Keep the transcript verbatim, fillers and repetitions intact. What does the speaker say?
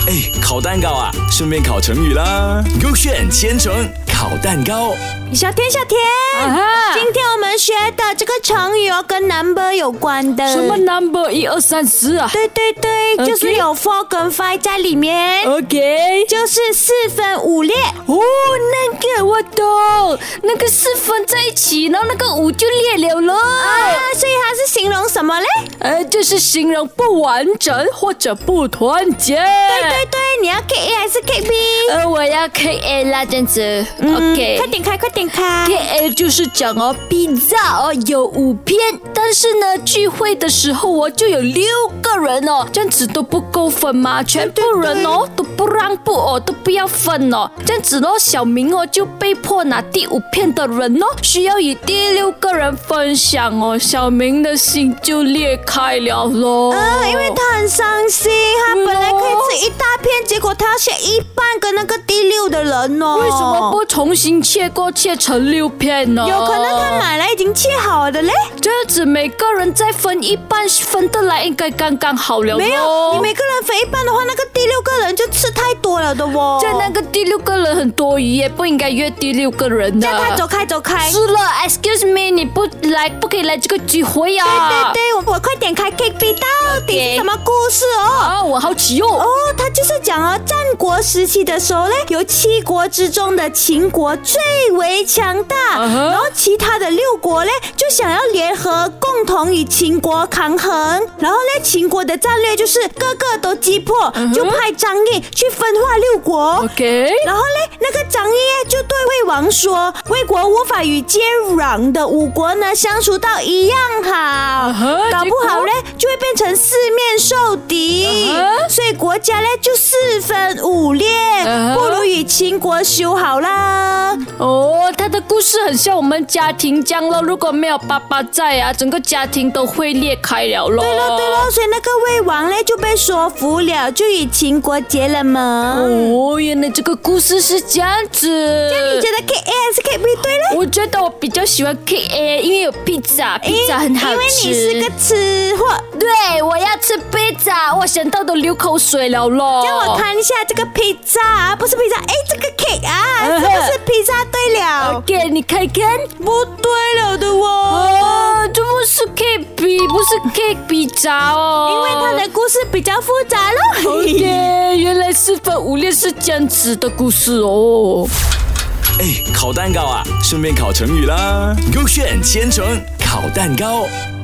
哎，烤蛋糕啊，顺便烤成语啦。勾选千层烤蛋糕。 小田，小田， 啊今天我们学的这个成语哦，跟 number 有关的。 什么 number 一二三四啊？ 对对对， Okay 就是有 four 跟 five 在里面。 OK， 就是四分五裂。 哦，那个我懂，那个四分在一起，然后那个五就裂了咯。 啊，所以它是形容什么嘞？ 呃，就是形容不完整或者不团结。 对对对，你要 K A 还是 K B？ 呃，我要 K A 啦，这样子。 嗯 OK， 快点开，快点开。 K A 就是讲哦，披萨哦有五片，但是呢聚会的时候哦就有六个人哦，这样子都不够分嘛，全部人哦都不让步哦，都不要分哦，这样子哦小明哦就被迫拿第五片的人哦，需要与第六个人分享哦，小明的心就裂开了咯。 啊，因为他很伤心，他本来可以吃一大片，结果他要切一半跟那个第六的人哦。 为什么不重新切过，切成六片呢？ 有可能他买来已经切好的嘞。 这样子每个人再分一半，分得来应该刚刚好了咯。 没有，你每个人分一半的话，那个第六个人就吃太多了的哦。 在那个第六个人很多余耶，不应该约第六个人的。 叫他走开，走开。 是了 ，excuse me， 你不来，不可以来这个聚会啊。 对对对，我我快点开 K B， 到底是什么故事哦？ 啊，我好奇哦。 哦，他就是讲哦，战国时期的时候呢，有七国之中的秦国最为强大， 嗯哼然后其他的六国呢就想要联合，共同与秦国抗衡。然后呢，秦国的战略就是个个都击破， 嗯就派张翼去分化六国。 OK， 然后呢，那个张翼就对魏王说，魏国无法与接壤的五国呢相处到一样好， 哈搞不好呢就会变成四面受敌， 啊哈所以国家呢就四分五裂， 啊哈不如与秦国修好啦。 哦，他的故事很像我们家庭这样咯，如果没有爸爸在啊，整个家庭都会裂开了咯。 对咯对咯，所以那个魏王呢就被说服了，就与秦国结了盟。 哦，原来这个故事是这样子。 那你觉得 K A 还是 K B 对呢？ 我觉得我比较喜欢 K A， 因为有披萨，披萨很好吃。 因为你是个吃货。 对，我要吃披萨，我想到都流口水了咯。 让我看一下这个披萨啊，不是披萨，哎，这个 cake 啊，是不是披萨？对了， OK， 你看看， 不对了的哦， 哦，这不是 K B， 不是 K 披萨哦， 因为它的故事比较复杂咯。 OK， 原来四分五裂是这样子的故事哦。 哎，烤蛋糕啊，顺便烤成语啦。勾选千层烤蛋糕。